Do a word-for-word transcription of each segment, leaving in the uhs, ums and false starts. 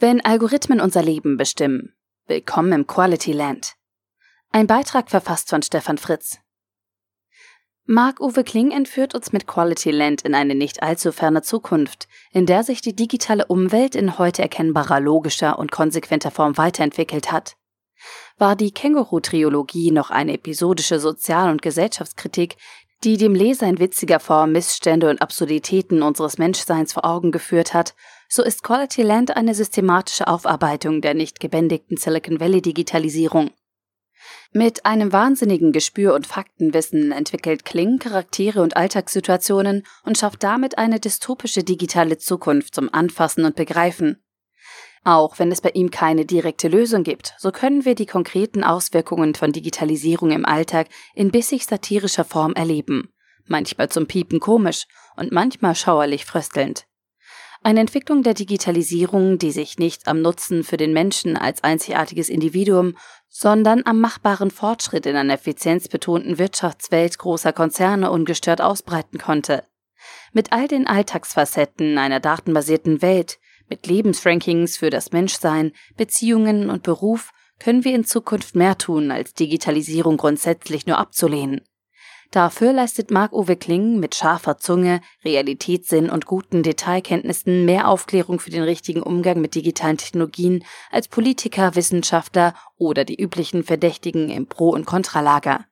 Wenn Algorithmen unser Leben bestimmen. Willkommen im Quality Land. Ein Beitrag verfasst von Stefan Fritz. Marc-Uwe Kling entführt uns mit Quality Land in eine nicht allzu ferne Zukunft, in der sich die digitale Umwelt in heute erkennbarer, logischer und konsequenter Form weiterentwickelt hat. War die Känguru-Trilogie noch eine episodische Sozial- und Gesellschaftskritik, die dem Leser in witziger Form Missstände und Absurditäten unseres Menschseins vor Augen geführt hat, so ist Quality Land eine systematische Aufarbeitung der nicht gebändigten Silicon Valley-Digitalisierung. Mit einem wahnsinnigen Gespür und Faktenwissen entwickelt Kling Charaktere und Alltagssituationen und schafft damit eine dystopische digitale Zukunft zum Anfassen und Begreifen. Auch wenn es bei ihm keine direkte Lösung gibt, so können wir die konkreten Auswirkungen von Digitalisierung im Alltag in bissig satirischer Form erleben, manchmal zum Piepen komisch und manchmal schauerlich fröstelnd. Eine Entwicklung der Digitalisierung, die sich nicht am Nutzen für den Menschen als einzigartiges Individuum, sondern am machbaren Fortschritt in einer effizienzbetonten Wirtschaftswelt großer Konzerne ungestört ausbreiten konnte. Mit all den Alltagsfacetten einer datenbasierten Welt, mit Lebensrankings für das Menschsein, Beziehungen und Beruf können wir in Zukunft mehr tun, als Digitalisierung grundsätzlich nur abzulehnen. Dafür leistet Marc-Uwe Kling mit scharfer Zunge, Realitätssinn und guten Detailkenntnissen mehr Aufklärung für den richtigen Umgang mit digitalen Technologien als Politiker, Wissenschaftler oder die üblichen Verdächtigen im Pro- und Kontralager.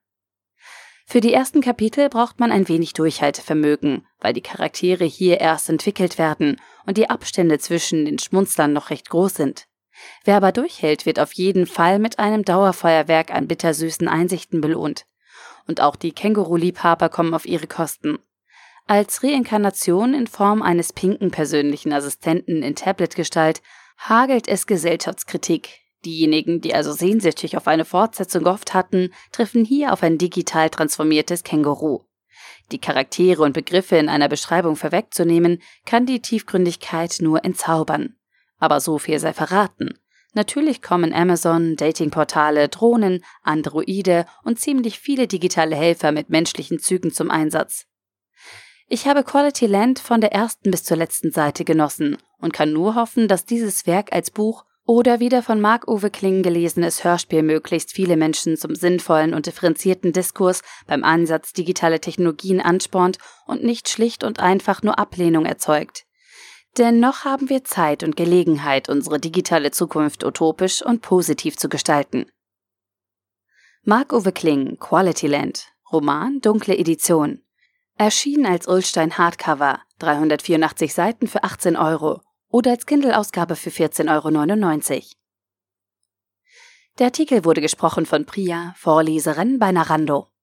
Für die ersten Kapitel braucht man ein wenig Durchhaltevermögen, weil die Charaktere hier erst entwickelt werden und die Abstände zwischen den Schmunzlern noch recht groß sind. Wer aber durchhält, wird auf jeden Fall mit einem Dauerfeuerwerk an bittersüßen Einsichten belohnt. Und auch die Känguru-Liebhaber kommen auf ihre Kosten. Als Reinkarnation in Form eines pinken persönlichen Assistenten in Tablet-Gestalt hagelt es Gesellschaftskritik. Diejenigen, die also sehnsüchtig auf eine Fortsetzung gehofft hatten, treffen hier auf ein digital transformiertes Känguru. Die Charaktere und Begriffe in einer Beschreibung vorwegzunehmen, kann die Tiefgründigkeit nur entzaubern. Aber so viel sei verraten. Natürlich kommen Amazon, Datingportale, Drohnen, Androide und ziemlich viele digitale Helfer mit menschlichen Zügen zum Einsatz. Ich habe Quality Land von der ersten bis zur letzten Seite genossen und kann nur hoffen, dass dieses Werk als Buch oder wieder von Marc-Uwe Kling gelesenes Hörspiel möglichst viele Menschen zum sinnvollen und differenzierten Diskurs beim Einsatz digitaler Technologien anspornt und nicht schlicht und einfach nur Ablehnung erzeugt. Denn noch haben wir Zeit und Gelegenheit, unsere digitale Zukunft utopisch und positiv zu gestalten. Marc-Uwe Kling, Quality Land, Roman, dunkle Edition. Erschien als Ullstein Hardcover, dreihundertvierundachtzig Seiten für achtzehn Euro oder als Kindle-Ausgabe für vierzehn Euro neunundneunzig. Der Artikel wurde gesprochen von Priya, Vorleserin bei Narando.